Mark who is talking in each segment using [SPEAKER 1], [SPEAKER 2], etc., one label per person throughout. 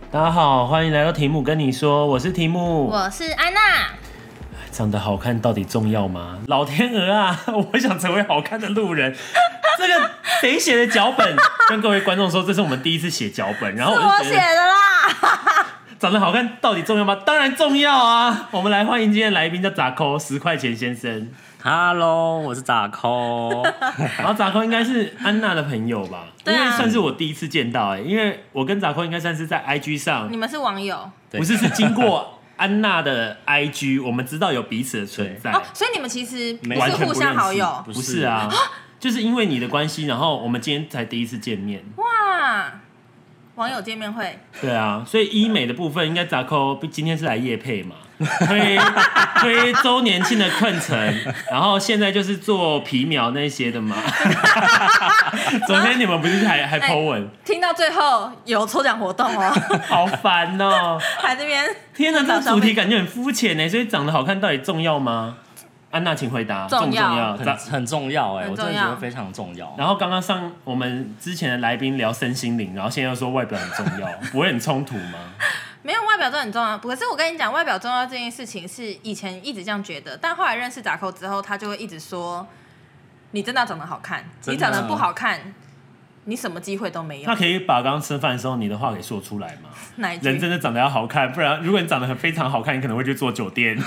[SPEAKER 1] 大家好，欢迎来到提姆跟你说，我是提姆，
[SPEAKER 2] 我是安娜。
[SPEAKER 1] 长得好看到底重要吗？老天鹅啊，我想成为好看的路人。这个谁写的脚本？跟各位观众说，这是我们第一次写脚本，然后
[SPEAKER 2] 是我写的啦。
[SPEAKER 1] 长得好看到底重要吗？当然重要啊！我们来欢迎今天的来宾叫杂扣10块钱先生。
[SPEAKER 3] Hello， 我是杂扣。
[SPEAKER 1] 然后杂扣应该是安娜的朋友吧？
[SPEAKER 2] 对啊，
[SPEAKER 1] 因为算是我第一次见到因为我跟杂扣应该算是在 IG 上，
[SPEAKER 2] 你们是网友，
[SPEAKER 1] 不是经过安娜的 IG， 我们知道有彼此的存在
[SPEAKER 2] 哦，所以你们其实不
[SPEAKER 1] 完全
[SPEAKER 2] 是互相好友，
[SPEAKER 1] 不是啊，就是因为你的关系，然后我们今天才第一次见面。
[SPEAKER 2] 哇，网友见面会，
[SPEAKER 1] 对啊，所以医美的部分应该杂扣今天是来业配嘛，推周年庆的课程，然后现在就是做皮秒那些的嘛。昨天你们不是还 po 文，
[SPEAKER 2] 听到最后有抽奖活动哦，
[SPEAKER 1] 好烦哦！
[SPEAKER 2] 还这边，
[SPEAKER 1] 天哪，这个主题感觉很肤浅呢，所以长得好看到底重要吗？安娜，请回答，
[SPEAKER 2] 重要，
[SPEAKER 3] 很重要我真的觉得非常重要。
[SPEAKER 1] 然后刚刚上我们之前的来宾聊身心灵，然后现在又说外表很重要，不会很冲突吗？
[SPEAKER 2] 没有，外表都很重要。可是我跟你讲，外表重要这件事情是以前一直这样觉得，但后来认识杂扣之后，他就会一直说，你真的长得好看，你长得不好看，你什么机会都没有。
[SPEAKER 1] 那可以把刚刚吃饭的时候你的话给说出来吗？
[SPEAKER 2] 哪一句？
[SPEAKER 1] 人真的长得要好看，不然如果你长得非常好看，你可能会去做酒店。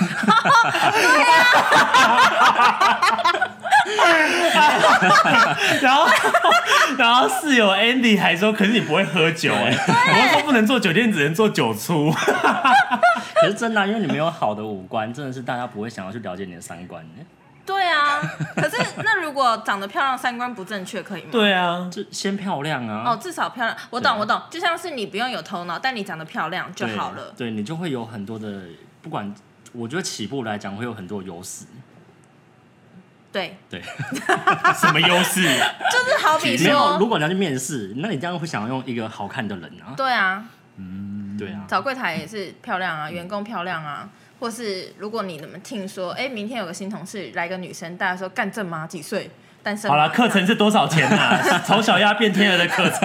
[SPEAKER 1] 然后室友 Andy 还说，可是你不会喝酒我说不能做酒店，只能做酒醋。
[SPEAKER 3] 可是真的因为你没有好的五官，真的是大家不会想要去了解你的三观。
[SPEAKER 2] 对啊，可是那如果长得漂亮，三观不正确可以吗？
[SPEAKER 1] 对啊，
[SPEAKER 3] 就先漂亮啊。
[SPEAKER 2] 哦，至少漂亮。我懂，就像是你不用有头脑，但你长得漂亮就好了。
[SPEAKER 3] 对，你就会有很多的，不管我觉得起步来讲会有很多优势。
[SPEAKER 2] 对，
[SPEAKER 1] 什么优势？
[SPEAKER 2] 就是好比说，
[SPEAKER 3] 如果你要去面试，那你这样会想要用一个好看的人啊？
[SPEAKER 2] 对啊，
[SPEAKER 3] 对啊，
[SPEAKER 2] 找柜台也是漂亮啊，员工漂亮啊。或是如果你们听说，明天有个新同事来个女生，大家说干正吗？几岁？单身？
[SPEAKER 1] 好了，课程是多少钱啊？从小鸭变天鹅的课程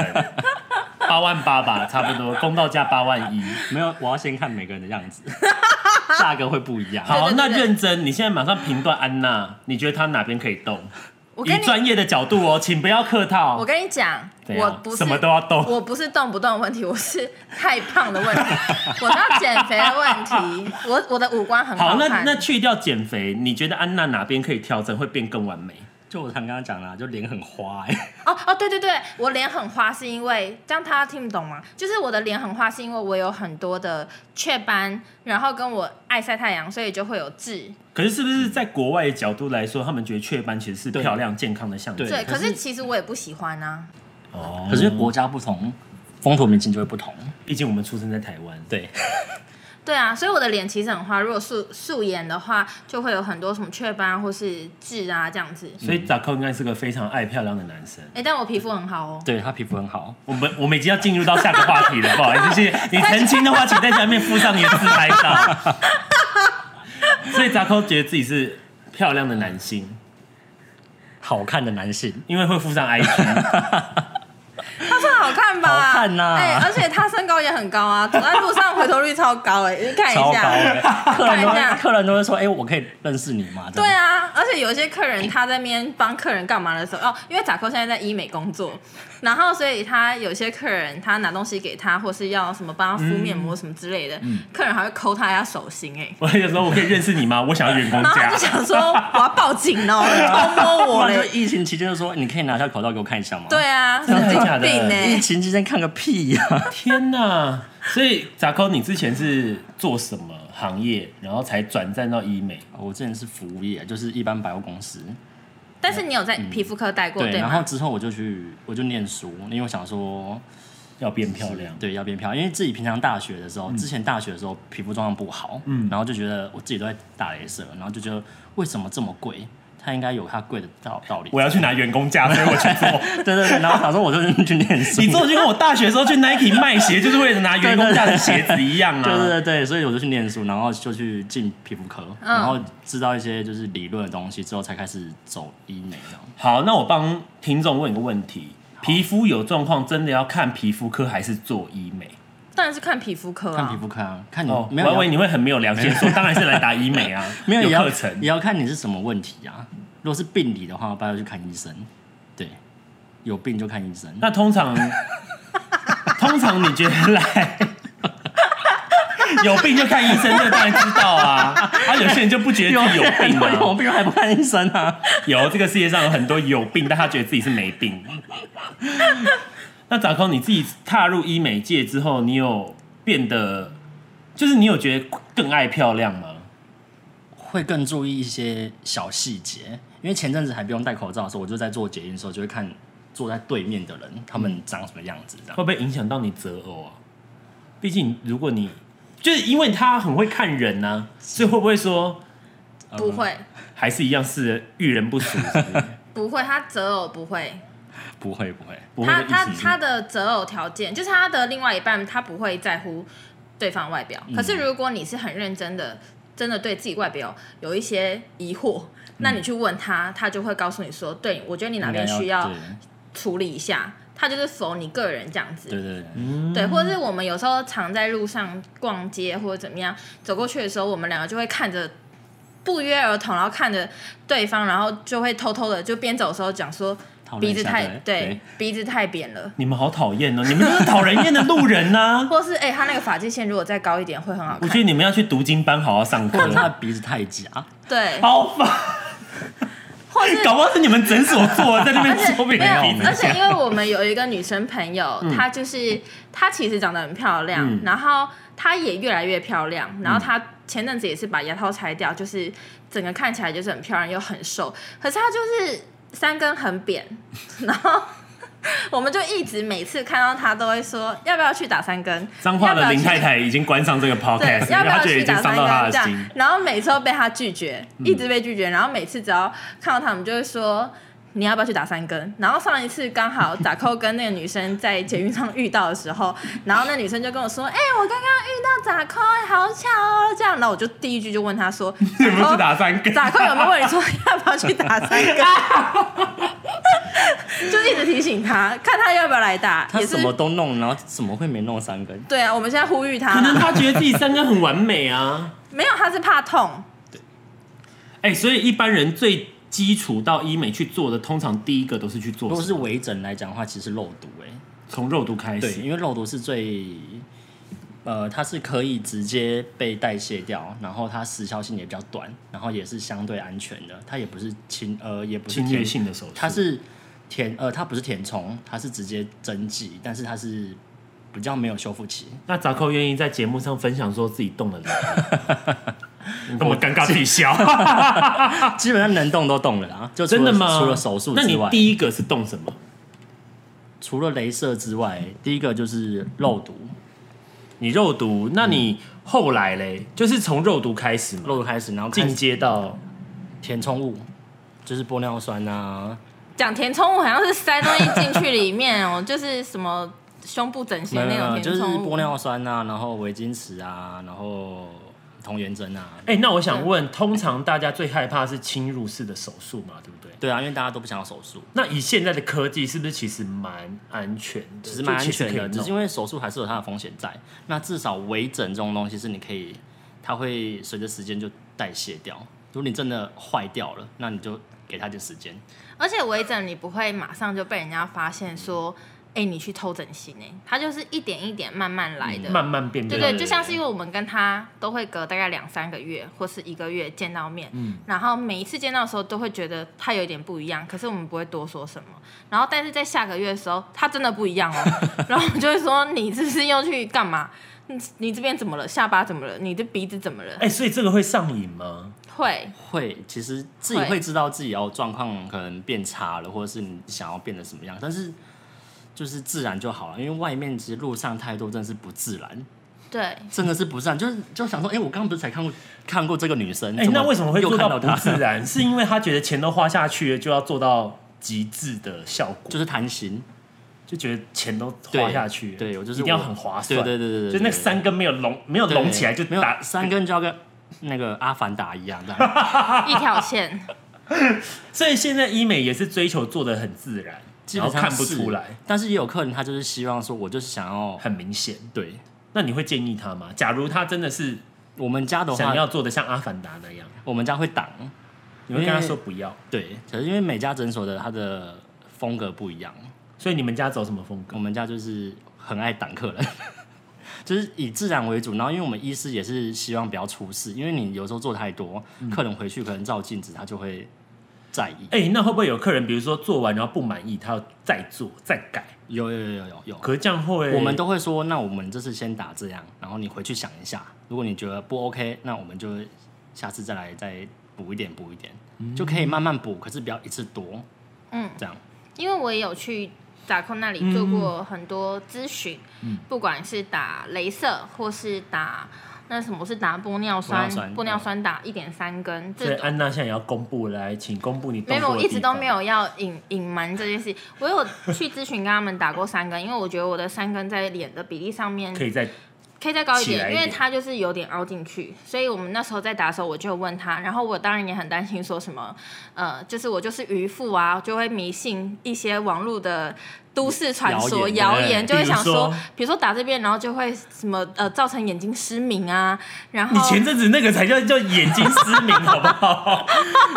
[SPEAKER 1] ，8万8吧，差不多，公道价8万1。
[SPEAKER 3] 没有，我要先看每个人的样子，价格会不一样。
[SPEAKER 1] 好，那认真，你现在马上评断安娜，你觉得她哪边可以动？以专业的角度哦，请不要客套。
[SPEAKER 2] 我跟你讲，我不是
[SPEAKER 1] 什么都要动，
[SPEAKER 2] 我不是动不动的问题，我是太胖的问题，我是要减肥的问题。我的五官很好看。
[SPEAKER 1] 好，那去掉减肥，你觉得安娜哪边可以调整会变更完美？
[SPEAKER 3] 就我刚刚讲的，就脸很花
[SPEAKER 2] 对，我脸很花是因为这样，他听不懂吗？就是我的脸很花是因为我有很多的雀斑，然后跟我爱晒太阳，所以就会有痣。
[SPEAKER 1] 可是不是在国外的角度来说，他们觉得雀斑其实是漂亮健康的象征？
[SPEAKER 2] 对，可是其实我也不喜欢啊。
[SPEAKER 1] 哦，
[SPEAKER 3] 可是国家不同，风土民情就会不同。
[SPEAKER 1] 毕竟我们出生在台湾。
[SPEAKER 3] 对。
[SPEAKER 2] 对啊，所以我的脸其实很花。如果素颜的话，就会有很多什么雀斑或是痣啊这样子。
[SPEAKER 1] 所以杂扣应该是个非常爱漂亮的男生。
[SPEAKER 2] 但我皮肤很好哦。
[SPEAKER 3] 对，他皮肤很好。
[SPEAKER 1] 我们已经要进入到下个话题了，不好意思，谢谢你澄清的话，请在下面附上你的自拍照。所以杂扣觉得自己是漂亮的男性，
[SPEAKER 3] 好看的男性，
[SPEAKER 1] 因为会附上 IG。
[SPEAKER 2] 他算好看吧？
[SPEAKER 3] 好看呐！
[SPEAKER 2] 而且他身高也很高啊，走在路上回头率超高你看一下。
[SPEAKER 3] 客人都会说：“我可以认识你吗？”
[SPEAKER 2] 对啊，而且有一些客人他在那边帮客人干嘛的时候，因为杂扣现在在医美工作，然后所以他有些客人他拿东西给他，或是要什么帮他敷面膜什么之类的，客人还会抠他一下手心
[SPEAKER 1] 我有时候我可以认识你吗？我想要员工价。
[SPEAKER 2] 然后就想说我要报警哦，偷摸我嘞！
[SPEAKER 3] 疫情期间就说你可以拿下口罩给我看一下吗？
[SPEAKER 2] 对啊，
[SPEAKER 1] 真的假的？
[SPEAKER 3] 疫情期间看个屁呀！
[SPEAKER 1] 天哪！所以杂扣，你之前是做什么行业，然后才转战到医美？
[SPEAKER 3] 我之前是服务业，就是一般百货公司。
[SPEAKER 2] 但是你有在皮肤科待过，对吗？
[SPEAKER 3] 然后之后我就念书，因为我想说
[SPEAKER 1] 要变漂亮，
[SPEAKER 3] 对，要变漂亮。因为自己平常大学的时候，之前大学的时候皮肤状况不好，然后就觉得我自己都在打雷射，然后就觉得为什么这么贵？它应该有它贵的道理。
[SPEAKER 1] 我要去拿员工价，所以我去做。
[SPEAKER 3] 对，然后想说我就去念书。
[SPEAKER 1] 你做就跟我大学的时候去 Nike 卖鞋，就是为了拿员工价的鞋子一样啊。
[SPEAKER 3] 对，所以我就去念书，然后就去进皮肤科，然后知道一些就是理论的东西之后，才开始走医美这样。
[SPEAKER 1] 好，那我帮听众问一个问题：皮肤有状况，真的要看皮肤科还是做医美？
[SPEAKER 2] 当然是看皮肤科啊。
[SPEAKER 3] 看皮肤科啊，看你、
[SPEAKER 1] 哦，
[SPEAKER 3] 没有。
[SPEAKER 1] 我以为你会很没有良心说，当然是来打医美啊，
[SPEAKER 3] 没有
[SPEAKER 1] 课程
[SPEAKER 3] 也要看你是什么问题啊。如果是病理的话，不要去看医生。对，有病就看医生。
[SPEAKER 1] 那通常你觉得来有病就看医生，这个当然知道啊。有些人就不觉得自己有病啊，
[SPEAKER 3] 有病还不看医生啊？
[SPEAKER 1] 有，这个世界上有很多有病，但他觉得自己是没病。那扎扣，你自己踏入医美界之后，你有变得，就是你有觉得更爱漂亮吗？
[SPEAKER 3] 会更注意一些小细节，因为前阵子还不用戴口罩的时候，我就在做捷运的时候，就会看坐在对面的人他们长什么样子，这样
[SPEAKER 1] 会不会影响到你择偶啊？毕竟如果你就是因为他很会看人啊，所以会不会说
[SPEAKER 2] 不会，
[SPEAKER 1] 还是一样是遇人不淑？是不是
[SPEAKER 2] 不会，他择偶不会。
[SPEAKER 3] 不会，
[SPEAKER 1] 不会的意思是
[SPEAKER 2] 他的择偶条件就是他的另外一半，他不会在乎对方外表。可是如果你是很认真的，真的对自己外表有一些疑惑，那你去问他，他就会告诉你说，对，我觉得你哪边需要处理一下。他就是否你个人这样子，对，或者是我们有时候常在路上逛街或者怎么样，走过去的时候，我们两个就会看着不约而同，然后看着对方，然后就会偷偷的就边走的时候讲说鼻子太鼻子太扁了。
[SPEAKER 1] 你们好讨厌哦！你们都是讨人厌的路人呐、
[SPEAKER 2] 或是他那个发际线如果再高一点会很好看。
[SPEAKER 1] 我觉得你们要去读经班好好上课。
[SPEAKER 3] 或者他的鼻子太假，
[SPEAKER 2] 对，
[SPEAKER 1] 好烦。
[SPEAKER 2] 或是
[SPEAKER 1] 搞不好是你们诊所做的，在那边说别人鼻子
[SPEAKER 2] 而且因为我们有一个女生朋友，她其实长得很漂亮，然后她也越来越漂亮，然后她前阵子也是把牙套拆掉，就是整个看起来就是很漂亮又很瘦，可是她就是三根很扁，然后我们就一直每次看到她都会说要不要去打3根。
[SPEAKER 1] 彰化的林太太已经关上这个 podcast，
[SPEAKER 2] 要不要去打
[SPEAKER 1] 因为她觉得已经伤到她的
[SPEAKER 2] 3根
[SPEAKER 1] 心。
[SPEAKER 2] 然后每次都被她拒绝，一直被拒绝，然后每次只要看到她，我们就会说你要不要去打3根？然后上一次刚好打扣跟那个女生在捷运上遇到的时候，然后那女生就跟我说：“我刚刚遇到打扣，好巧哦。”这样，然后我就第一句就问她说：“
[SPEAKER 1] 你不是打3根？
[SPEAKER 2] 打扣有没有问你说要不要去打3根？”就一直提醒她，看她要不要来打。
[SPEAKER 3] 他什么都弄，然后怎么会没弄3根？
[SPEAKER 2] 对啊，我们现在呼吁她，
[SPEAKER 1] 可能她觉得自己3根很完美啊。
[SPEAKER 2] 没有，她是怕痛。
[SPEAKER 1] 所以一般人最基础到医美去做的，通常第一个都是去做。
[SPEAKER 3] 如果是微整来讲的话，其实是肉毒
[SPEAKER 1] 从肉毒开始。
[SPEAKER 3] 对，因为肉毒是它是可以直接被代谢掉，然后它时效性也比较短，然后也是相对安全的。它也不是也不是
[SPEAKER 1] 侵略性的手术，
[SPEAKER 3] 它是它不是填充，它是直接针剂，但是它是比较没有修复期。
[SPEAKER 1] 那扎扣愿意在节目上分享说自己动了吗？你跟我尴尬自己笑。
[SPEAKER 3] 基本上能动都动了啦，就
[SPEAKER 1] 真的吗？
[SPEAKER 3] 除了手术之外，
[SPEAKER 1] 那你第一个是动什么？
[SPEAKER 3] 除了雷射之外，第一个就是肉毒。
[SPEAKER 1] 你肉毒，那你后来嘞，就是从肉毒开始嘛，
[SPEAKER 3] 肉毒开始，然后
[SPEAKER 1] 进阶到
[SPEAKER 3] 填充物，就是玻尿酸啊。
[SPEAKER 2] 讲填充物好像是塞东西进去里面哦，就是什么胸部整形那种填充物，
[SPEAKER 3] 就是玻尿酸啊，然后维金石啊，然后童颜针啊。
[SPEAKER 1] 那我想问，通常大家最害怕是侵入式的手术嘛，对不对？
[SPEAKER 3] 对啊，因为大家都不想要手术。
[SPEAKER 1] 那以现在的科技，是不是其实蛮安全的？
[SPEAKER 3] 其实蛮安全的，只是因为手术还是有它的风险在。那至少微整这种东西是你可以，它会随着时间就代谢掉。如果你真的坏掉了，那你就给它点时间。
[SPEAKER 2] 而且微整你不会马上就被人家发现说，你去偷整形它就是一点一点慢慢来的，
[SPEAKER 1] 慢慢变。
[SPEAKER 2] 对，就像是因为我们跟他都会隔大概2-3个月或是1个月见到面，然后每一次见到的时候都会觉得他有点不一样，可是我们不会多说什么。然后但是在下个月的时候，他真的不一样哦，然后我们就会说你是不是又去干嘛？你这边怎么了？下巴怎么了？你的鼻子怎么了？
[SPEAKER 1] 所以这个会上瘾吗？
[SPEAKER 2] 会，
[SPEAKER 3] 其实自己会知道自己状况可能变差了，或者是你想要变得什么样，但是就是自然就好了。因为外面其实路上太多真的是不自然，
[SPEAKER 2] 对，
[SPEAKER 3] 真的是不自然。就想说，我刚刚不是才看过这个女生，
[SPEAKER 1] 那为什么会做到不
[SPEAKER 3] 又看到她
[SPEAKER 1] 自然？是因为他觉得钱都花下去了，就要做到极致的效果，
[SPEAKER 3] 就是贪心。
[SPEAKER 1] 就觉得钱都花下去了，
[SPEAKER 3] 对，我就是
[SPEAKER 1] 一定要很划算，
[SPEAKER 3] 对，
[SPEAKER 1] 就那3根没有隆起来就
[SPEAKER 3] 没有
[SPEAKER 1] 打
[SPEAKER 3] 3根就要跟那个阿凡达一样，这样
[SPEAKER 2] 一条线。
[SPEAKER 1] 所以现在医美也是追求做的很自然，
[SPEAKER 3] 基本上
[SPEAKER 1] 然后看不出来。
[SPEAKER 3] 但是也有客人他就是希望说，我就是想要
[SPEAKER 1] 很明显，
[SPEAKER 3] 对，
[SPEAKER 1] 那你会建议他吗？假如他真的是
[SPEAKER 3] 我们家的话
[SPEAKER 1] 想要做的像阿凡达那样，
[SPEAKER 3] 我们家会挡，
[SPEAKER 1] 你会跟他说不要。
[SPEAKER 3] 对，可是因为每家诊所的它的风格不一样，
[SPEAKER 1] 所以你们家走什么风格？
[SPEAKER 3] 我们家就是很爱挡客人。就是以自然为主，然后因为我们医师也是希望不要出事，因为你有时候做太多，客人回去可能照镜子他就会在意。
[SPEAKER 1] 那会不会有客人，比如说做完然后不满意，他要再做再改？
[SPEAKER 3] 有。
[SPEAKER 1] 可是这样会，
[SPEAKER 3] 我们都会说，那我们这次先打这样，然后你回去想一下，如果你觉得不 OK， 那我们就下次再补一点，就可以慢慢补，可是不要一次多。这样。
[SPEAKER 2] 因为我也有去打控那里做过很多咨询，不管是打雷射或是打那什么是打玻尿酸打1.3根。
[SPEAKER 1] 所以安娜现在也要公布，来，请公布你动过的地方。
[SPEAKER 2] 没有，我一直都没有要隐瞒这件事。我有去咨询跟他们打过3根，因为我觉得我的3根在脸的比例上面
[SPEAKER 1] 可以再
[SPEAKER 2] 高一点，因为它就是有点凹进去，所以我们那时候在打的时候，我就问他，然后我当然也很担心说什么，就是我就是渔夫啊，就会迷信一些网络的都市传说、谣言，就会想说，比如说打这边，然后就会什么造成眼睛失明啊，然后
[SPEAKER 1] 你前阵子那个才叫眼睛失明，好不好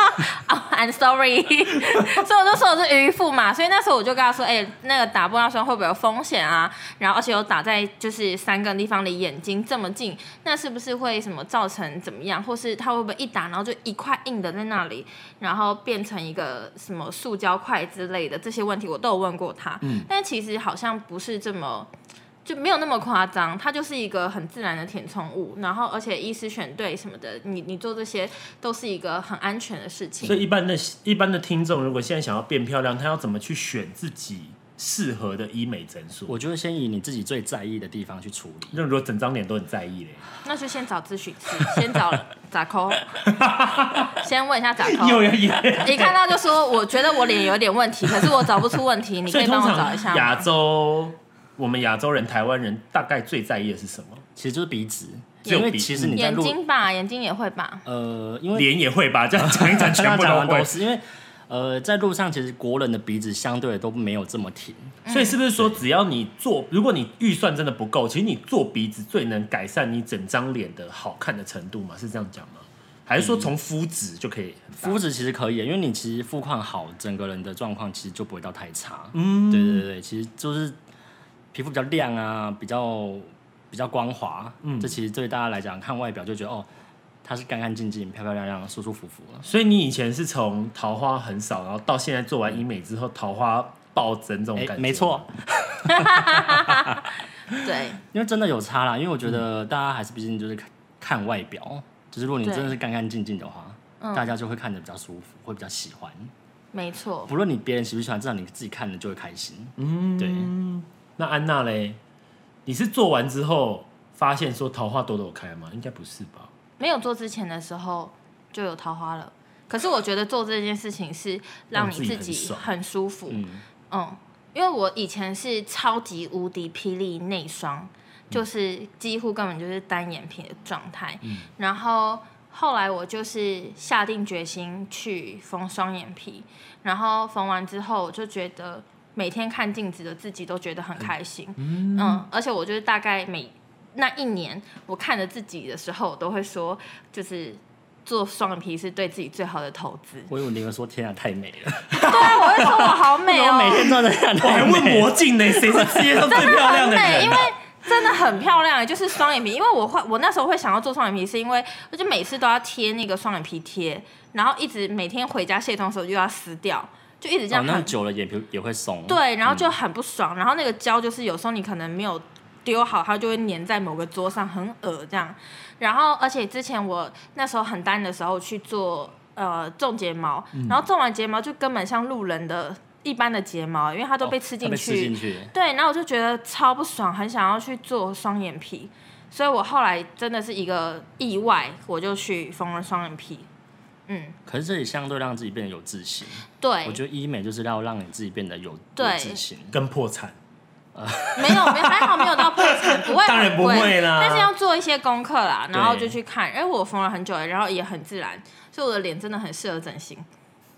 [SPEAKER 2] ？I'm sorry， 所以我就说我是渔夫嘛，所以那时候我就跟他说，那个打玻尿酸会不会有风险啊？然后而且有打在就是3个地方离眼睛这么近，那是不是会什么造成怎么样？或是他会不会一打然后就一块硬的在那里，然后变成一个什么塑胶块之类的？这些问题我都有问过他。但其实好像不是这么，就没有那么夸张，它就是一个很自然的填充物，然后而且医师选对什么的，你做这些都是一个很安全的事情。
[SPEAKER 1] 所以一般的听众，如果现在想要变漂亮，他要怎么去选自己适合的医美诊所？
[SPEAKER 3] 我觉得先以你自己最在意的地方去处理。
[SPEAKER 1] 那如果整张脸都很在意嘞，
[SPEAKER 2] 那就先找咨询师，先找杂抠，先问一下杂抠。一看到就说，我觉得我脸有点问题，可是我找不出问题，你可以帮我找一下吗？
[SPEAKER 1] 我们亚洲人、台湾人大概最在意的是什么？
[SPEAKER 3] 其实就是鼻子，因为其实你在
[SPEAKER 2] 眼睛吧，眼睛也会吧，
[SPEAKER 3] 因为
[SPEAKER 1] 脸也会吧，这样讲一讲全部都会。
[SPEAKER 3] 因为在路上其实国人的鼻子相对都没有这么挺，
[SPEAKER 1] 所以是不是说只要你如果你预算真的不够，其实你做鼻子最能改善你整张脸的好看的程度嘛？是这样讲吗？还是说从肤质就可以？
[SPEAKER 3] 肤质其实可以，因为你其实肤况好，整个人的状况其实就不会到太差。对，其实就是皮肤比较亮啊，比较光滑。这其实对大家来讲，看外表就觉得它是干干净净、漂漂亮亮、舒舒服服的。
[SPEAKER 1] 所以你以前是从桃花很少，然后到现在做完医美之后，桃花暴增这种感觉。
[SPEAKER 3] 没错。
[SPEAKER 2] 对，
[SPEAKER 3] 因为真的有差啦，因为我觉得大家还是毕竟就是看外表，就是如果你真的是干干净净的话，大家就会看得比较舒服，会比较喜欢。
[SPEAKER 2] 没错。
[SPEAKER 3] 不论你别人喜不喜欢，至少你自己看了就会开心。对。
[SPEAKER 1] 那安娜嘞，你是做完之后发现说桃花朵朵开吗？应该不是吧？
[SPEAKER 2] 没有做之前的时候就有桃花了，可是我觉得做这件事情是让你自己很舒服。因为我以前是超级无敌霹雳内双，就是几乎根本就是单眼皮的状态。然后后来我就是下定决心去缝双眼皮，然后缝完之后我就觉得每天看镜子的自己都觉得很开心。而且我就是大概那1年我看着自己的时候，我都会说，就是做双眼皮是对自己最好的投资。
[SPEAKER 3] 我以为你会说天啊，太美了。
[SPEAKER 2] 对啊，我会说我好美哦。
[SPEAKER 3] 我每天都在看，
[SPEAKER 1] 我还问魔镜呢，谁是世界上最漂亮的人？
[SPEAKER 2] 因为真的很漂亮，就是双眼皮。因为我那时候会想要做双眼皮，是因为我就每次都要贴那个双眼皮贴，然后一直每天回家卸妆的时候就要撕掉。就一直这样，
[SPEAKER 3] 那久了眼皮也会松。
[SPEAKER 2] 对，然后就很不爽。然后那个胶就是有时候你可能没有丢好，它就会粘在某个桌上，很恶这样。然后而且之前我那时候很单的时候去做种睫毛，然后种完睫毛就根本像路人的一般的睫毛，因为它都被吃进去。对，然后我就觉得超不爽，很想要去做双眼皮。所以我后来真的是一个意外，我就去缝了双眼皮。
[SPEAKER 3] 可是这里相对让自己变得有自信。
[SPEAKER 2] 对，
[SPEAKER 3] 我觉得医美就是要让你自己变得有自信，
[SPEAKER 1] 跟破产。
[SPEAKER 2] 没有，还好没有到破产，不会，
[SPEAKER 1] 当然不会啦。
[SPEAKER 2] 但是要做一些功课啦，然后就去看。我缝了很久了，然后也很自然，所以我的脸真的很适合整形。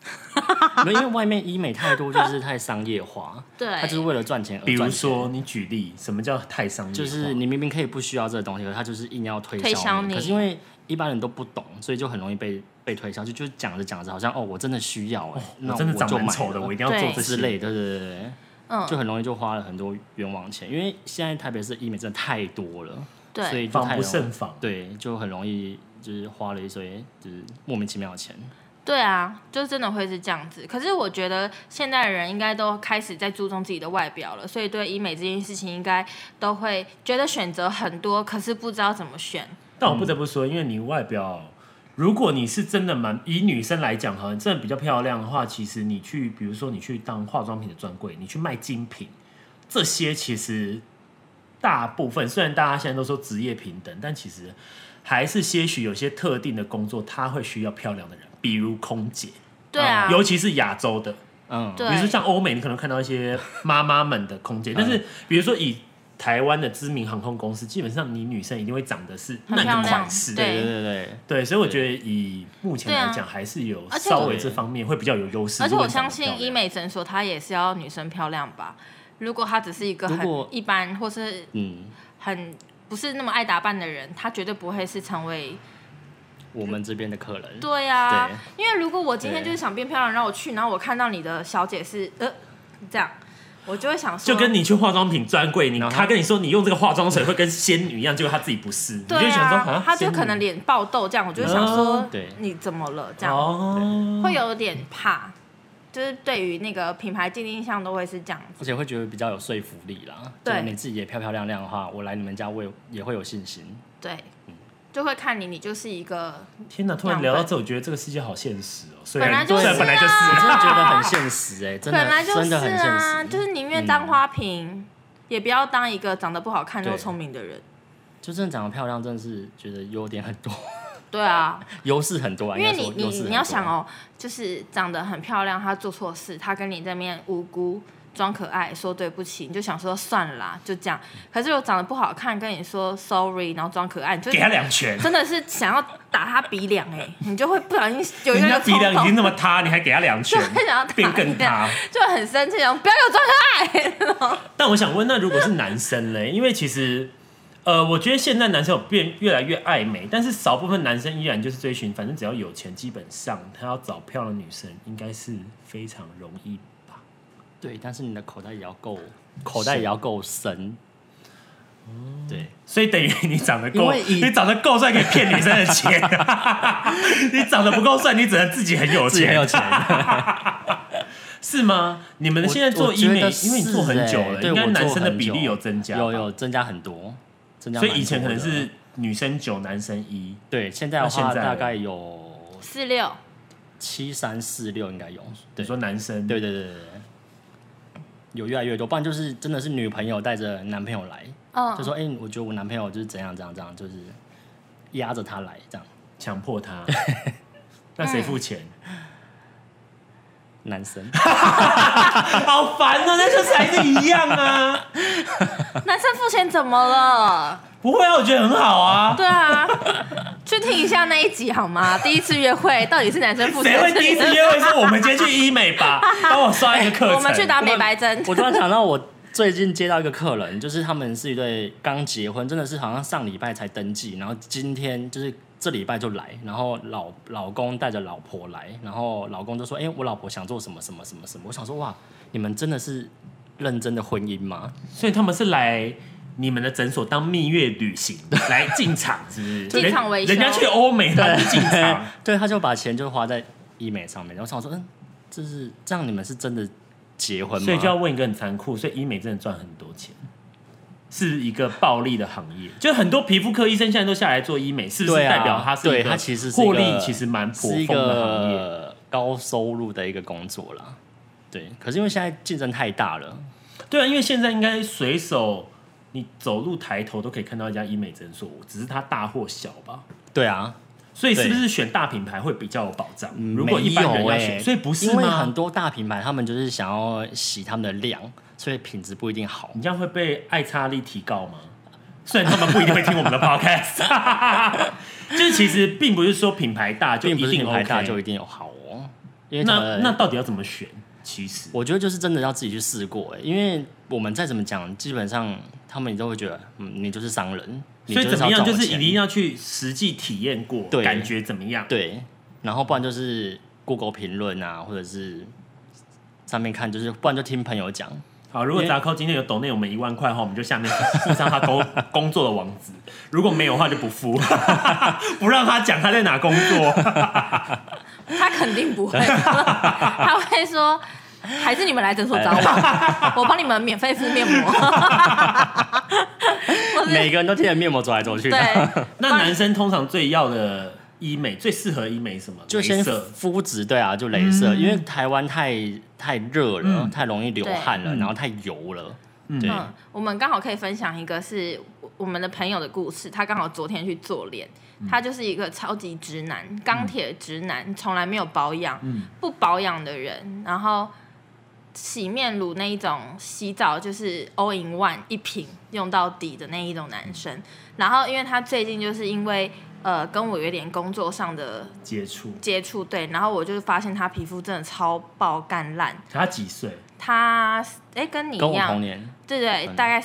[SPEAKER 3] 没有，因为外面医美太多，就是太商业化，
[SPEAKER 2] 对，
[SPEAKER 3] 它就是为了赚钱而
[SPEAKER 1] 比
[SPEAKER 3] 赚钱。
[SPEAKER 1] 如说，你举例，什么叫太商业化？
[SPEAKER 3] 就是你明明可以不需要这个东西，可是他就是硬要推销
[SPEAKER 2] 你。
[SPEAKER 3] 可是因为一般人都不懂，所以就很容易被推销。就是讲着讲着，好像我真的需要那
[SPEAKER 1] 我真的长
[SPEAKER 3] 就买
[SPEAKER 1] 蛮丑的，
[SPEAKER 3] 了
[SPEAKER 1] 我一定要做这
[SPEAKER 3] 之类的，对。就很容易就花了很多冤枉钱。因为现在台北市医美真的太多了，
[SPEAKER 2] 对，
[SPEAKER 3] 所以就
[SPEAKER 1] 防不胜防。
[SPEAKER 3] 对，就很容易就是花了一堆就是莫名其妙的钱。
[SPEAKER 2] 对啊，就真的会是这样子。可是我觉得现在的人应该都开始在注重自己的外表了，所以对医美这件事情应该都会觉得选择很多，可是不知道怎么选。
[SPEAKER 1] 但我不得不说，因为你外表，如果你是真的以女生来讲哈，真的比较漂亮的话，其实你去，比如说你去当化妆品的专柜，你去卖精品，这些其实大部分虽然大家现在都说职业平等，但其实还是些许有些特定的工作，它会需要漂亮的人。比如空姐，
[SPEAKER 2] 对啊，
[SPEAKER 1] 尤其是亚洲的，
[SPEAKER 2] 对，
[SPEAKER 1] 比如说像欧美，你可能看到一些妈妈们的空姐，但是比如说以台湾的知名航空公司，基本上你女生一定会长得是那个款式，
[SPEAKER 3] 对，
[SPEAKER 1] 所以我觉得以目前来讲，还是有稍微这方面会比较有优势。
[SPEAKER 2] 而且我相信医美诊所它也是要女生漂亮吧？如果她只是一个很一般或是很不是那么爱打扮的人，她绝对不会是成为
[SPEAKER 3] 我们这边的客人。
[SPEAKER 2] 对啊，因为如果我今天就是想变漂亮，然后我去，然后我看到你的小姐是这样，我就会想说，
[SPEAKER 1] 就跟你去化妆品专柜，他跟你说你用这个化妆水会跟仙女一样，结果他自己不是，
[SPEAKER 2] 对啊，
[SPEAKER 1] 你就想说
[SPEAKER 2] 他就可能脸爆痘这样，我就想说，你怎么了？这样会有点怕。就是对于那个品牌既定印象都会是这样子，
[SPEAKER 3] 而且会觉得比较有说服力啦。对，你自己也漂漂亮亮的话，我来你们家我也会有信心。
[SPEAKER 2] 对，就会看你就是一个。
[SPEAKER 1] 天哪！突然聊到这，我觉得这个世界好现实哦。
[SPEAKER 2] 本来就是啊，
[SPEAKER 1] 本来就是，
[SPEAKER 3] 我真的觉得很现实哎，真的，
[SPEAKER 2] 本来就是啊，
[SPEAKER 3] 真的很现实。
[SPEAKER 2] 就是宁愿当花瓶，也不要当一个长得不好看又聪明的人。
[SPEAKER 3] 就真的长得漂亮，真的是觉得优点很多。
[SPEAKER 2] 对啊，
[SPEAKER 3] 优势很多啊，
[SPEAKER 2] 因为你要想哦，就是长得很漂亮，她做错事，她跟你在那边无辜装可爱，说对不起，你就想说算了啦，就这样。可是如果长得不好看，跟你说 sorry， 然后装可爱，你就
[SPEAKER 1] 给他2拳，
[SPEAKER 2] 真的是想要打他鼻梁你就会不小心有一个
[SPEAKER 1] 人家鼻梁已经那么塌，你还给他2拳，
[SPEAKER 2] 就想要
[SPEAKER 1] 变更塌，
[SPEAKER 2] 就很生气，不要给我装可爱。
[SPEAKER 1] 但我想问，那如果是男生嘞？因为其实。我觉得现在男生有变越来越爱美，但是少部分男生依然就是追寻，反正只要有钱，基本上他要找漂亮的女生应该是非常容易吧？
[SPEAKER 3] 对，但是你的口袋也要够深。对，
[SPEAKER 1] 所以等于你长得够，你长得够帅可以骗女生的钱，你长得不够帅，你只能自己很有钱，
[SPEAKER 3] 很有钱。
[SPEAKER 1] 是吗？你们现在做医美，因为你做很久了，应该男生的比例有增加，
[SPEAKER 3] 有增加很多。
[SPEAKER 1] 所以以前可能是女生9，男生1。
[SPEAKER 3] 对，现在的话大概有
[SPEAKER 2] 46、
[SPEAKER 3] 73、46应该有。
[SPEAKER 1] 你说男生？
[SPEAKER 3] 对，有越来越多，不然就是真的是女朋友带着男朋友来，就说我觉得我男朋友就是怎样，就是压着他来这样，
[SPEAKER 1] 强迫他。那谁付钱？
[SPEAKER 3] 男生。
[SPEAKER 1] 好烦哦，那就是还是一样啊。
[SPEAKER 2] 男生付钱怎么了？
[SPEAKER 1] 不会啊，我觉得很好啊。
[SPEAKER 2] 对啊，去听一下那一集好吗？第一次约会到底是男生付钱？
[SPEAKER 1] 谁会第一次约会说我们今天去医美吧？帮我刷一个课程。
[SPEAKER 2] 我们去打美白针。
[SPEAKER 3] 我突然想到，我最近接到一个客人，就是他们是一对刚结婚，真的是好像上礼拜才登记，然后今天就是这礼拜就来，然后老公带着老婆来，然后老公就说：“我老婆想做什么什么什么什么。”我想说：“哇，你们真的是认真的婚姻吗？”
[SPEAKER 1] 所以他们是来你们的诊所当蜜月旅行来进场，是不是？
[SPEAKER 2] 进场维修，
[SPEAKER 1] 人家去欧美他就进场，
[SPEAKER 3] 对，他就把钱就花在医美上面。然后我想说，这样你们是真的结婚吗？
[SPEAKER 1] 所以就要问一个很残酷，所以医美真的赚很多钱。是一个暴利的行业，就很多皮肤科医生现在都下来做医美，是不是代表他是一个获利其实蛮颇丰的行业，
[SPEAKER 3] 高收入的一个工作啦？对，可是因为现在竞争太大了，
[SPEAKER 1] 对啊，因为现在应该随手你走路抬头都可以看到一家医美诊所，只是它大或小吧？
[SPEAKER 3] 对啊，
[SPEAKER 1] 所以是不是选大品牌会比较有保障？如果一般人要选，所以不是吗？
[SPEAKER 3] 因为很多大品牌他们就是想要洗他们的量。所以品质不一定好，
[SPEAKER 1] 你这样会被爱差力提告吗？虽然他们不一定会听我们的 podcast， 就是其实并不是说品牌大就一定 OK，
[SPEAKER 3] 品牌大就一定有好哦。 因为
[SPEAKER 1] 那到底要怎么选？其实
[SPEAKER 3] 我觉得就是真的要自己去试过，因为我们再怎么讲，基本上他们都会觉得，你就是商人，
[SPEAKER 1] 所以怎么样，就是一定
[SPEAKER 3] 要
[SPEAKER 1] 要去实际体验过，感觉怎么样？
[SPEAKER 3] 对，然后不然就是 Google 评论啊，或者是上面看，就是不然就听朋友讲。
[SPEAKER 1] 好，如果杂扣今天有抖内我们1万块的话，我们就下面附上他工作的网址。如果没有的话，就不付，不让他讲他在哪工作。
[SPEAKER 2] 他肯定不会，他会说，还是你们来诊所找我，我帮你们免费敷面膜。
[SPEAKER 3] 每个人都贴着面膜走来走去的。
[SPEAKER 2] 对，
[SPEAKER 1] 那男生通常最要的医美，最适合医美什么？
[SPEAKER 3] 就先肤质，对啊，就雷射，因为台湾太热了，太容易流汗了，然后太油了。对，
[SPEAKER 2] 我们刚好可以分享一个是我们的朋友的故事，他刚好昨天去做脸。他就是一个超级直男，钢铁直男，从来没有保养，不保养的人，然后洗面乳那一种洗澡就是 all in one 一瓶用到底的那一种男生。然后因为他最近就是因为跟我有点工作上的接触，对，然后我就发现他皮肤真的超爆干烂。
[SPEAKER 1] 他几岁？
[SPEAKER 2] 他跟你一样，
[SPEAKER 3] 跟我同年，
[SPEAKER 2] 对，大概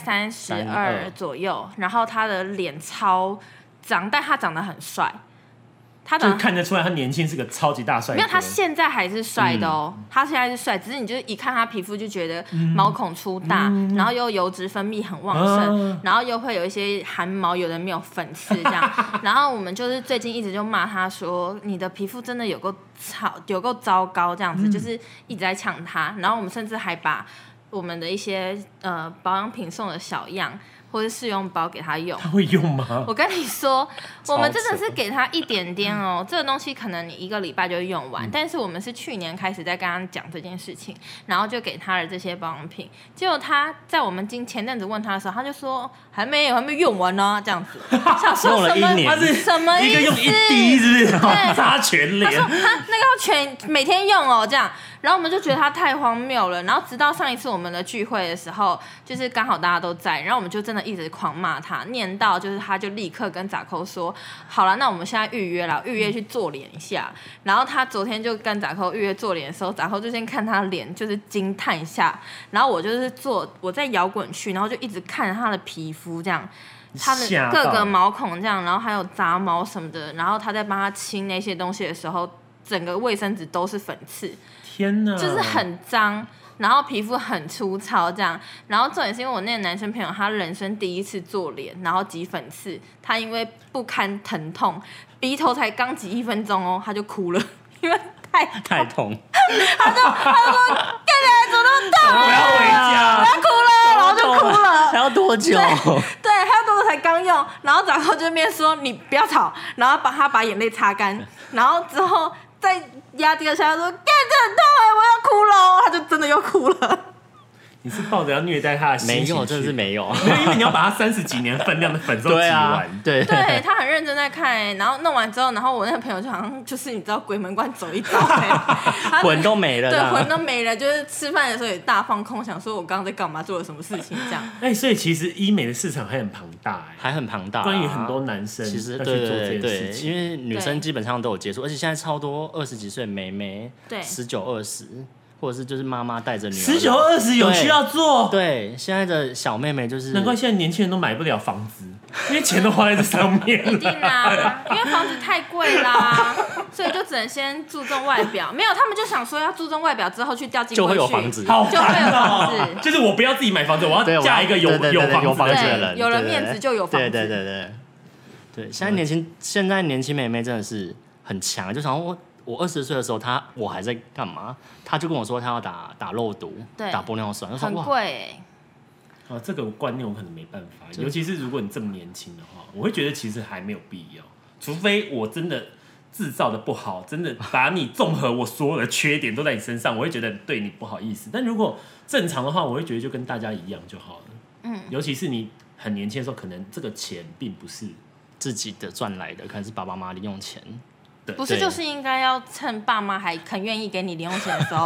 [SPEAKER 2] 32左右，然后他的脸超脏，但他长得很帅，
[SPEAKER 1] 就看得出来他年轻是个超级大帅哥。
[SPEAKER 2] 没有，他现在还是帅的哦，他现在是帅，只是你就一看他皮肤就觉得毛孔粗大，然后又油脂分泌很旺盛，然后又会有一些汗毛，有的没有粉刺这样。然后我们就是最近一直就骂他说，你的皮肤真的有够糟糕这样子，就是一直在呛他。然后我们甚至还把我们的一些保养品送的小样。或是试用包给他用，
[SPEAKER 1] 他会用吗？
[SPEAKER 2] 我跟你说，我们真的是给他一点点哦。这个东西可能你1个礼拜就用完，但是我们是去年开始在跟他讲这件事情，然后就给他了这些保养品。结果他在我们前阵子问他的时候，他就说还没用完呢，这样子。想说
[SPEAKER 3] 用了1年，
[SPEAKER 1] 他是
[SPEAKER 2] 什么意思？
[SPEAKER 1] 一个用1滴是不是？擦全脸。
[SPEAKER 2] 他说他那个要每天用哦，这样。然后我们就觉得他太荒谬了。然后直到上一次我们的聚会的时候，就是刚好大家都在，然后我们就真的一直狂骂他，念到就是他就立刻跟杂扣说，好了，那我们现在预约去做脸一下。然后他昨天就跟杂扣预约做脸的时候，杂扣就先看他脸，就是惊叹一下。然后我就是我在摇滚区，然后就一直看他的皮肤这样。他的各个毛孔这样，然后还有杂毛什么的，然后他在帮他清那些东西的时候，整个卫生纸都是粉刺。
[SPEAKER 1] 天哪，
[SPEAKER 2] 就是很脏，然后皮肤很粗糙这样。然后重点是因为我那个男生朋友，他人生第一次做脸，然后挤粉刺，他因为不堪疼痛，鼻头才刚挤1分钟哦，他就哭了，因为太痛。他说看起来怎么那么痛？
[SPEAKER 1] 我要回家，
[SPEAKER 2] 我要哭了，然后就哭了。
[SPEAKER 3] 还要多久？
[SPEAKER 2] 对，还要多久才刚用？然后然后就那边说你不要吵，然后把眼泪擦干，然后之后再压第二下，说干这很痛我要哭了，他就真的又哭了。
[SPEAKER 1] 你是抱着要虐待他的心情？
[SPEAKER 3] 没有，真的是没有。
[SPEAKER 1] 因为你要把他30几年分量的粉都挤完。
[SPEAKER 3] 对，
[SPEAKER 2] 他很认真在看，然后弄完之后，然后我那个朋友就好像就是你知道鬼门关走一遭，
[SPEAKER 3] 魂都没了。
[SPEAKER 2] 对，魂都没了，就是吃饭的时候也大放空，想说我刚刚在干嘛，做了什么事情这样。
[SPEAKER 1] 所以其实医美的市场还很庞大，
[SPEAKER 3] 还很庞大。
[SPEAKER 1] 关于很多男生
[SPEAKER 3] 其实
[SPEAKER 1] 要去做这件事情，
[SPEAKER 3] 因为女生基本上都有接触，而且现在超多20几岁妹妹，19、20。或者是就是妈妈带着女儿
[SPEAKER 1] 19、20有需要做，
[SPEAKER 3] 对，现在的小妹妹就是
[SPEAKER 1] 难怪现在年轻人都买不了房子，因为钱都花在这上面了。
[SPEAKER 2] 一定啦，因为房子太贵啦，所以就只能先注重外表。没有，他们就想说要注重外表之后去调进
[SPEAKER 3] 就会有房子，
[SPEAKER 1] 好
[SPEAKER 2] 就会有房子。
[SPEAKER 1] 就是我不要自己买房子，我要嫁一个有房子的人，
[SPEAKER 2] 有了面子就有房子。
[SPEAKER 3] 对，现在年轻妹妹真的是很强，就想我20岁的时候，我还在干嘛？他就跟我说他要打肉毒，打玻尿酸，
[SPEAKER 2] 很贵
[SPEAKER 1] 这个观念我可能没办法，尤其是如果你这么年轻的话，我会觉得其实还没有必要，除非我真的制造的不好，真的把你综合我所有的缺点都在你身上，我会觉得对你不好意思。但如果正常的话，我会觉得就跟大家一样就好了。尤其是你很年轻的时候，可能这个钱并不是
[SPEAKER 3] 自己的赚来的，可能是爸爸妈妈零用钱。
[SPEAKER 2] 不是，就是应该要趁爸妈还肯愿意给你零用钱的时候，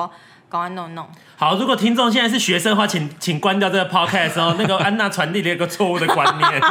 [SPEAKER 2] 赶快弄弄。
[SPEAKER 1] 好，如果听众现在是学生的话，请关掉这个 podcast 哦。那个安娜传递了一个错误的观念。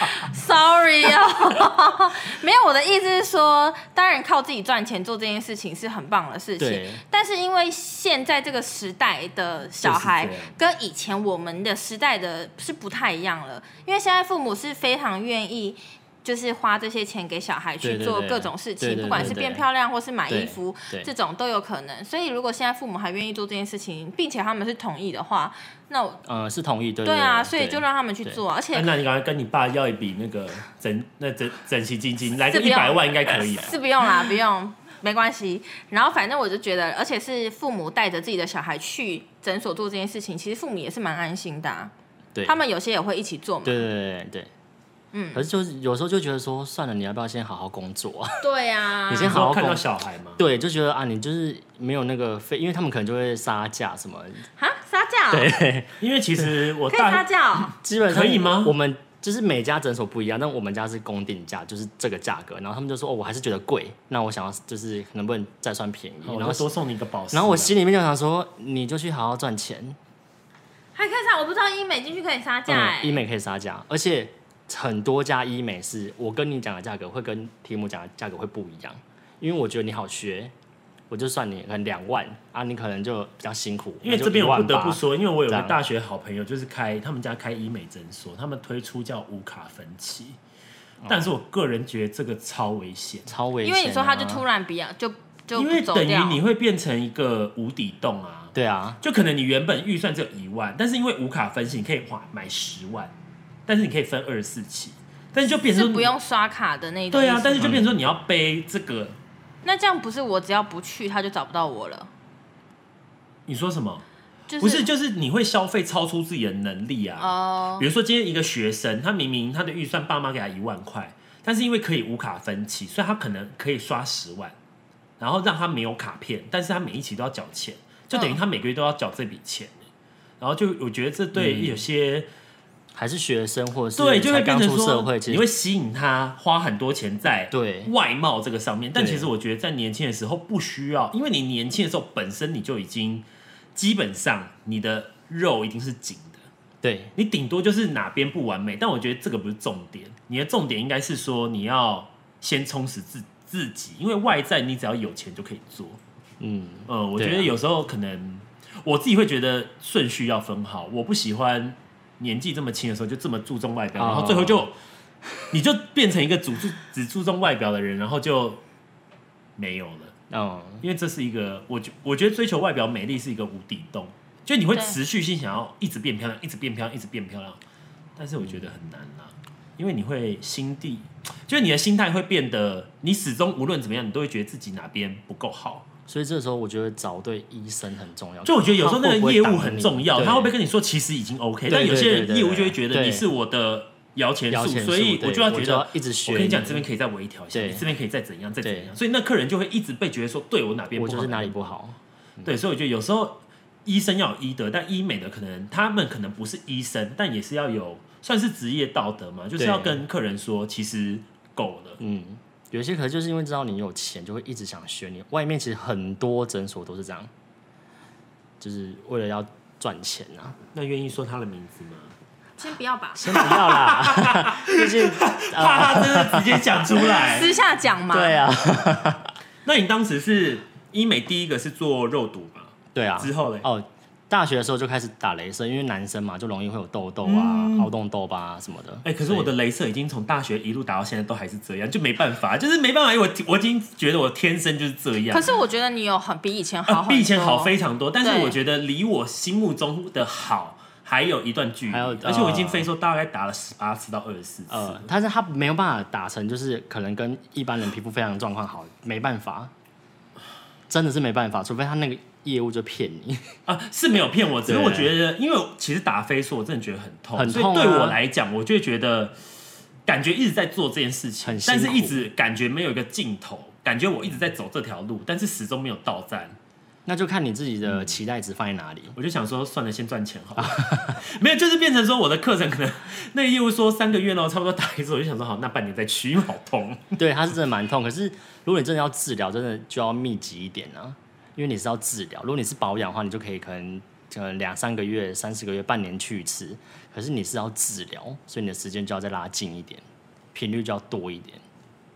[SPEAKER 2] Sorry 哦，没有，我的意思是说，当然靠自己赚钱做这件事情是很棒的事情，但是因为现在这个时代的小孩跟以前我们的时代的是不太一样了，因为现在父母是非常愿意。就是花这些钱给小孩去做各种事情，不管是变漂亮或是买衣服，这种都有可能。所以如果现在父母还愿意做这件事情，并且他们是同意的话，那我
[SPEAKER 3] 是同意，对
[SPEAKER 2] 啊，所以就让他们去做。而且
[SPEAKER 1] 那你赶快跟你爸要一笔那个整形基金，来个100万应该可以。
[SPEAKER 2] 是不用啦，不用。没关系，然后反正我就觉得，而且是父母带着自己的小孩去诊所做这件事情，其实父母也是蛮安心的、啊。对，他们有些也会一起做嘛。
[SPEAKER 3] 对。可是就是有时候就觉得说，算了，你要不要先好好工作？
[SPEAKER 2] 对啊，
[SPEAKER 3] 你先好好
[SPEAKER 1] 看到小孩嘛。
[SPEAKER 3] 对，就觉得啊，你就是没有那个费，因为他们可能就会杀价什么。
[SPEAKER 2] 哈，杀价、
[SPEAKER 3] 哦？对，
[SPEAKER 1] 因为其实我
[SPEAKER 2] 可以杀价、哦，
[SPEAKER 3] 基本上
[SPEAKER 1] 可以吗？
[SPEAKER 3] 我们就是每家诊所不一样，但我们家是公定价，就是这个价格。然后他们就说，哦，我还是觉得贵，那我想要就是能不能再算便宜？然后
[SPEAKER 1] 多送你一个保湿。
[SPEAKER 3] 然后我心里面就想说，你就去好好赚钱。
[SPEAKER 2] 还可以杀，我不知道医美进去可以杀价
[SPEAKER 3] 医美可以杀价，而且。很多家医美是我跟你讲的价格会跟题目讲的价格会不一样，因为我觉得你好学，我就算你可能2万啊，你可能就比较辛苦。
[SPEAKER 1] 因为这边我不得不说，因为我有个大学好朋友，就是他们家开医美诊所，他们推出叫无卡分期，但是我个人觉得这个超危险，
[SPEAKER 3] 超危险、
[SPEAKER 2] 因为你说他就突然就
[SPEAKER 1] 因为等于你会变成一个无底洞啊。
[SPEAKER 3] 对啊，
[SPEAKER 1] 就可能你原本预算只有1万，但是因为无卡分期，你可以买10万。但是你可以分24期，但是就变成
[SPEAKER 2] 是不用刷卡的那种。
[SPEAKER 1] 对啊，但是就变成说你要背这个。
[SPEAKER 2] 那这样不是我只要不去，他就找不到我了？
[SPEAKER 1] 你说什么？不是，就是你会消费超出自己的能力啊。哦。比如说今天一个学生，他明明他的预算爸妈给他1万块，但是因为可以无卡分期，所以他可能可以刷10万，然后让他没有卡片，但是他每一期都要缴钱，就等于他每个月都要缴这笔钱。然后就我觉得这对有些。
[SPEAKER 3] 还是学生或者是
[SPEAKER 1] 对，就会变成
[SPEAKER 3] 说
[SPEAKER 1] 你会吸引他花很多钱在外貌这个上面，但其实我觉得在年轻的时候不需要，因为你年轻的时候本身你就已经基本上你的肉一定是紧的，
[SPEAKER 3] 对，
[SPEAKER 1] 你顶多就是哪边不完美，但我觉得这个不是重点，你的重点应该是说你要先充实自己，因为外在你只要有钱就可以做。我觉得有时候可能我自己会觉得顺序要分好，我不喜欢。年纪这么轻的时候就这么注重外表，然后最后你就变成一个只注重外表的人，然后就没有了。因为这是一个我觉得追求外表美丽是一个无底洞，就你会持续性想要一直变漂亮，一直变漂亮，一直变漂亮，但是我觉得很难啦，因为你会就是你的心态会变得，你始终无论怎么样，你都会觉得自己哪边不够好。
[SPEAKER 3] 所以这时候我觉得找对医生很重要。
[SPEAKER 1] 就我觉得有时候那个业务很重要，他会不会跟你说其实已经 OK？ 但有些人业务就会觉得你是我的摇钱树，所以我就要觉得
[SPEAKER 3] 一直学。
[SPEAKER 1] 我跟你讲，这边可以再微调一下，你这边可以再怎样再怎样，所以那客人就会一直被觉得说，对我哪边不好，
[SPEAKER 3] 我就是哪里不好。
[SPEAKER 1] 对，所以我觉得有时候医生要有医德，但医美的他们可能不是医生，但也是要有算是职业道德嘛，就是要跟客人说其实够了。
[SPEAKER 3] 有些可能就是因为知道你有钱，就会一直想学你。外面其实很多诊所都是这样，就是为了要赚钱啊。
[SPEAKER 1] 那愿意说他的名字吗？
[SPEAKER 2] 先不要吧，
[SPEAKER 3] 先不要啦，毕竟
[SPEAKER 1] 怕他真的直接讲出来，
[SPEAKER 2] 私下讲嘛。
[SPEAKER 3] 对啊。
[SPEAKER 1] 那你当时是医美第一个是做肉毒嘛？
[SPEAKER 3] 对啊。
[SPEAKER 1] 之后嘞？
[SPEAKER 3] 大学的时候就开始打雷射，因为男生嘛就容易会有痘痘啊、凹洞痘疤什么的。
[SPEAKER 1] 可是我的雷射已经从大学一路打到现在都还是这样，就没办法，就是没办法，因为我已经觉得我天生就是这样。
[SPEAKER 2] 可是我觉得你有比以前好很多，
[SPEAKER 1] 比以前好非常多，但是我觉得离我心目中的好还有一段距离，而且我已经非说大概打了18次到24次。
[SPEAKER 3] 但是他没有办法打成，就是可能跟一般人皮肤非常状况好，没办法，真的是没办法，除非他那个业务就骗你
[SPEAKER 1] 是没有骗我，只是我觉得，因为其实打飞梭我真的觉得很痛，
[SPEAKER 3] 很痛
[SPEAKER 1] 所以对我来讲，我就会觉得感觉一直在做这件事情，但是一直感觉没有一个尽头，感觉我一直在走这条路，但是始终没有到站。
[SPEAKER 3] 那就看你自己的期待值放在哪里。
[SPEAKER 1] 我就想说，算了，先赚钱好了。没有，就是变成说我的课程可能那个业务说3个月差不多打一次，我就想说好，那半年再去，因为好痛。
[SPEAKER 3] 对，它是真的蛮痛。可是如果你真的要治疗，真的就要密集一点啊。 因为你是要治疗。如果你是保养的话，你就可能2-3个月、30个月、半年去一次。可是你是要治疗，所以你的时间就要再拉近一点，频率就要多一点。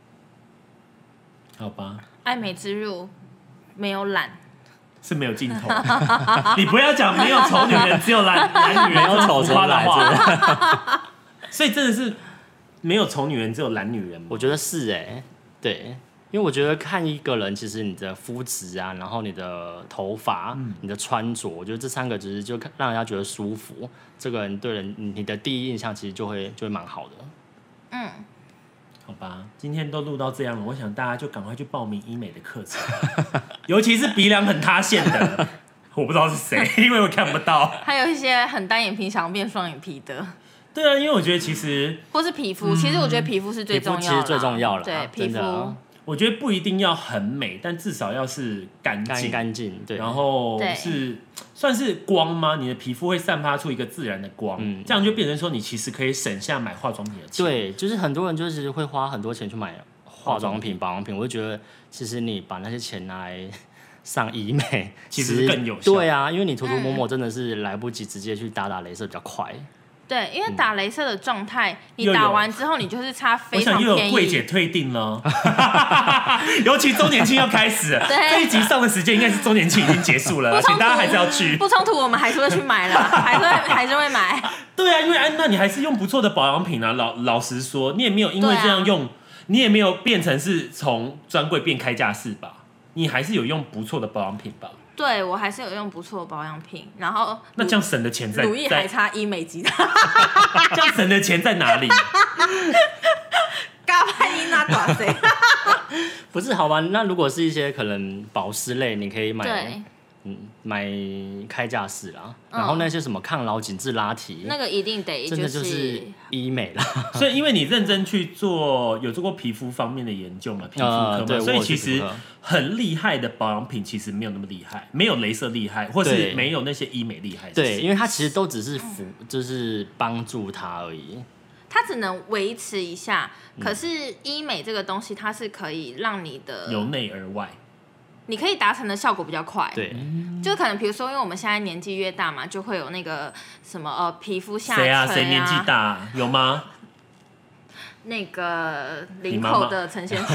[SPEAKER 1] 好吧，
[SPEAKER 2] 爱美之路没有懒，
[SPEAKER 1] 是没有尽头。你不要讲没有丑女人，只有懒女人，
[SPEAKER 3] 没有丑
[SPEAKER 1] 浮夸的话。所以真的是没有丑女人，只有懒女人吗？
[SPEAKER 3] 我觉得是对，因为我觉得看一个人，其实你的肤质啊，然后你的头发、你的穿着，我觉得这3个其实就让人家觉得舒服。这个人对人，你的第一印象其实就会蛮好的。
[SPEAKER 1] 好吧，今天都录到这样了，我想大家就赶快去报名医美的课程，尤其是鼻梁很塌陷的，我不知道是谁，因为我看不到。
[SPEAKER 2] 还有一些很单眼皮想变双眼皮的。
[SPEAKER 1] 对啊，因为我觉得其实
[SPEAKER 2] 或是皮肤，其实我觉得皮肤是最重要的，
[SPEAKER 3] 皮肤其实最重要了。
[SPEAKER 2] 对，皮肤。
[SPEAKER 1] 我觉得不一定要很美，但至少要是干净，
[SPEAKER 3] 对，
[SPEAKER 1] 然后是算是光吗？你的皮肤会散发出一个自然的光，这样就变成说你其实可以省下买化妆品的钱。
[SPEAKER 3] 对，就是很多人就是会花很多钱去买化妆品、保养品，我就觉得其实你把那些钱拿来上医美，
[SPEAKER 1] 其实更有效。
[SPEAKER 3] 对啊，因为你涂抹抹真的是来不及，直接去打镭射比较快。
[SPEAKER 2] 对，因为打雷射的状态，你打完之后，你就是差非常便宜。
[SPEAKER 1] 我想又有柜姐退订了，尤其周年庆要开始了，这一集上的时间应该是周年庆已经结束了，请大家还是要去。
[SPEAKER 2] 不冲突，我们还是会去买啦，还是会买。
[SPEAKER 1] 对啊，因为那你还是用不错的保养品啊。老实说，你也没有因为这样用，你也没有变成是从专柜变开架式吧？你还是有用不错的保养品吧？
[SPEAKER 2] 对，我还是有用不错的保养品，然后
[SPEAKER 1] 那这样省的钱在
[SPEAKER 2] 乳液还差医美级的，
[SPEAKER 1] 这样省的钱在哪里？
[SPEAKER 2] 嘎巴伊那多谁？
[SPEAKER 3] 不是好吧？那如果是一些可能保湿类，你可以买开架式啦，然后那些什么抗老紧致拉提，
[SPEAKER 2] 那个一定得
[SPEAKER 3] 真的就是医美啦。
[SPEAKER 1] 所以因为你认真去有做过皮肤方面的研究嘛，皮肤科嘛，所以其实很厉害的保养品其实没有那么厉害，没有雷射厉害，或是没有那些医美厉害。
[SPEAKER 3] 对，因为它其实都只是就是帮助它而已。
[SPEAKER 2] 它只能维持一下，可是医美这个东西，它是可以让你的
[SPEAKER 1] 由内而外。
[SPEAKER 2] 你可以达成的效果比较快，
[SPEAKER 3] 对，
[SPEAKER 2] 就可能比如说，因为我们现在年纪越大嘛，就会有那个什么皮肤下垂
[SPEAKER 1] 谁年纪大有吗？
[SPEAKER 2] 那个林口的陈先生，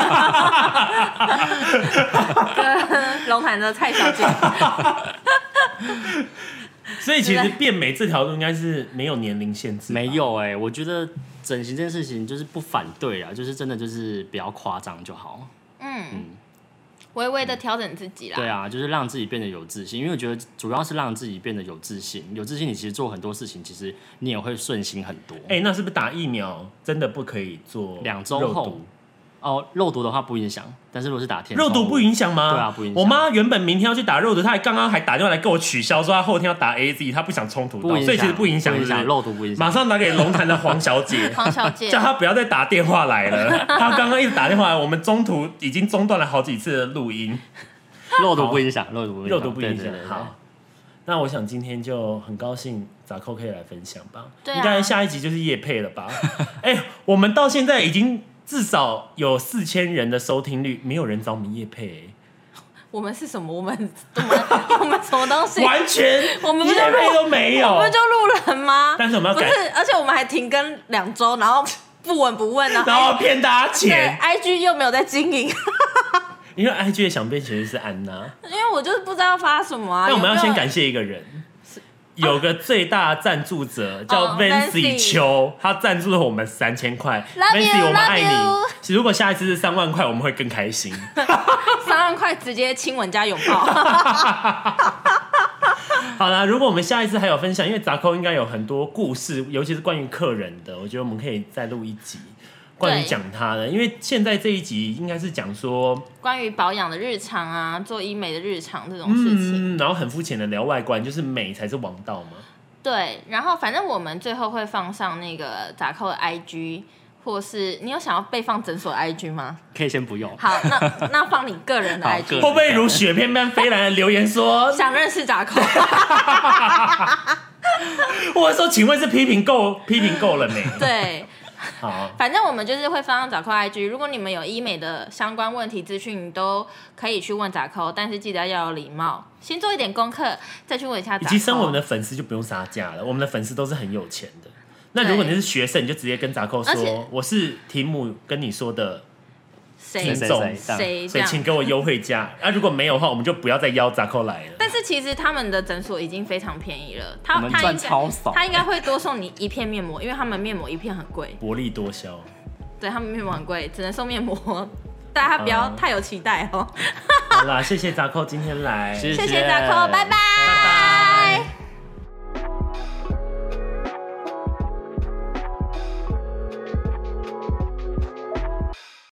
[SPEAKER 2] 跟龙潭的蔡小姐。
[SPEAKER 1] 所以其实变美这条路应该是没有年龄限制。
[SPEAKER 3] 没有我觉得整形这件事情就是不反对啊，就是真的就是不要夸张就好。
[SPEAKER 2] 微微的调整自己啦。
[SPEAKER 3] 对啊，就是让自己变得有自信，因为我觉得主要是让自己变得有自信。有自信，你其实做很多事情，其实你也会顺心很多。
[SPEAKER 1] 那是不是打疫苗真的不可以做
[SPEAKER 3] 2周后？肉毒的话不影响，但是如果是打天
[SPEAKER 1] 肉毒不影响吗？
[SPEAKER 3] 对啊，不影响。
[SPEAKER 1] 我妈原本明天要去打肉毒，她刚刚还打电话来跟我取消，说她后天要打 AZ， 她不想冲突到，所以其实不影响，
[SPEAKER 3] 肉毒不影响。
[SPEAKER 1] 马上打给龙潭的黄小姐，叫她不要再打电话来了。她刚刚一直打电话来，我们中途已经中断了好几次的录音。
[SPEAKER 3] 肉毒不影响，肉毒
[SPEAKER 1] 不影响。好，那我想今天就很高兴杂扣可以来分享吧。
[SPEAKER 2] 对啊，
[SPEAKER 1] 应该下一集就是业配了吧？我们到现在已经至少有4000人的收听率，没有人找我们业配。
[SPEAKER 2] 我们是什么？我们什么东西？
[SPEAKER 1] 完全，
[SPEAKER 2] 我们
[SPEAKER 1] 业配都没有。
[SPEAKER 2] 我们就路人吗？
[SPEAKER 1] 但是我们要改，
[SPEAKER 2] 不是，而且我们还停更2周，然后不闻不问，然
[SPEAKER 1] 后骗大家钱。
[SPEAKER 2] IG 又没有在经营。
[SPEAKER 1] 因为 IG 的小编其实是安娜，
[SPEAKER 2] 因为我就是不知道发什么啊。
[SPEAKER 1] 但我们要先感谢一个人，有个最大赞助者叫 Vancy 邱，他赞助了我们3000块。Vancy， 我们爱你。如果下一次是3万块，我们会更开心。
[SPEAKER 2] 3万块直接亲吻加拥抱。
[SPEAKER 1] 好啦，如果我们下一次还有分享，因为杂扣应该有很多故事，尤其是关于客人的，我觉得我们可以再录一集。关于讲他的，因为现在这一集应该是讲说
[SPEAKER 2] 关于保养的日常啊，做医美的日常这种事情，
[SPEAKER 1] 然后很肤浅的聊外观，就是美才是王道嘛。
[SPEAKER 2] 对，然后反正我们最后会放上那个杂扣的 IG， 或是你有想要被放诊所的 IG 吗？
[SPEAKER 3] 可以先不用。
[SPEAKER 2] 好，那放你个人的 IG，
[SPEAKER 1] 会不会如雪片般飞来的留言说
[SPEAKER 2] 想认识杂扣？
[SPEAKER 1] 或者说，请问是批评够了没？
[SPEAKER 2] 对。
[SPEAKER 1] 好，
[SPEAKER 2] 反正我们就是会放上扎扣 IG， 如果你们有医美的相关问题资讯，你都可以去问扎扣，但是记得要有礼貌，先做一点功课，再去问一下扎扣。
[SPEAKER 1] 以及身为我们的粉丝就不用杀价了，我们的粉丝都是很有钱的。那如果你是学生，你就直接跟扎扣说，我是提姆跟你说的听众，
[SPEAKER 2] 谁
[SPEAKER 1] 所以请给我优惠价。如果没有的话，我们就不要再邀扎扣来了。
[SPEAKER 2] 但是其实他们的诊所已经非常便宜了，
[SPEAKER 3] 我们赚超少，
[SPEAKER 2] 他应该会多送你一片面膜，因为他们面膜一片很贵，
[SPEAKER 1] 薄利多销。
[SPEAKER 2] 对，他们面膜很贵，只能送面膜，大家不要太有期待哦。
[SPEAKER 1] 好啦，谢谢扎扣今天来，
[SPEAKER 2] 谢谢扎扣，拜拜。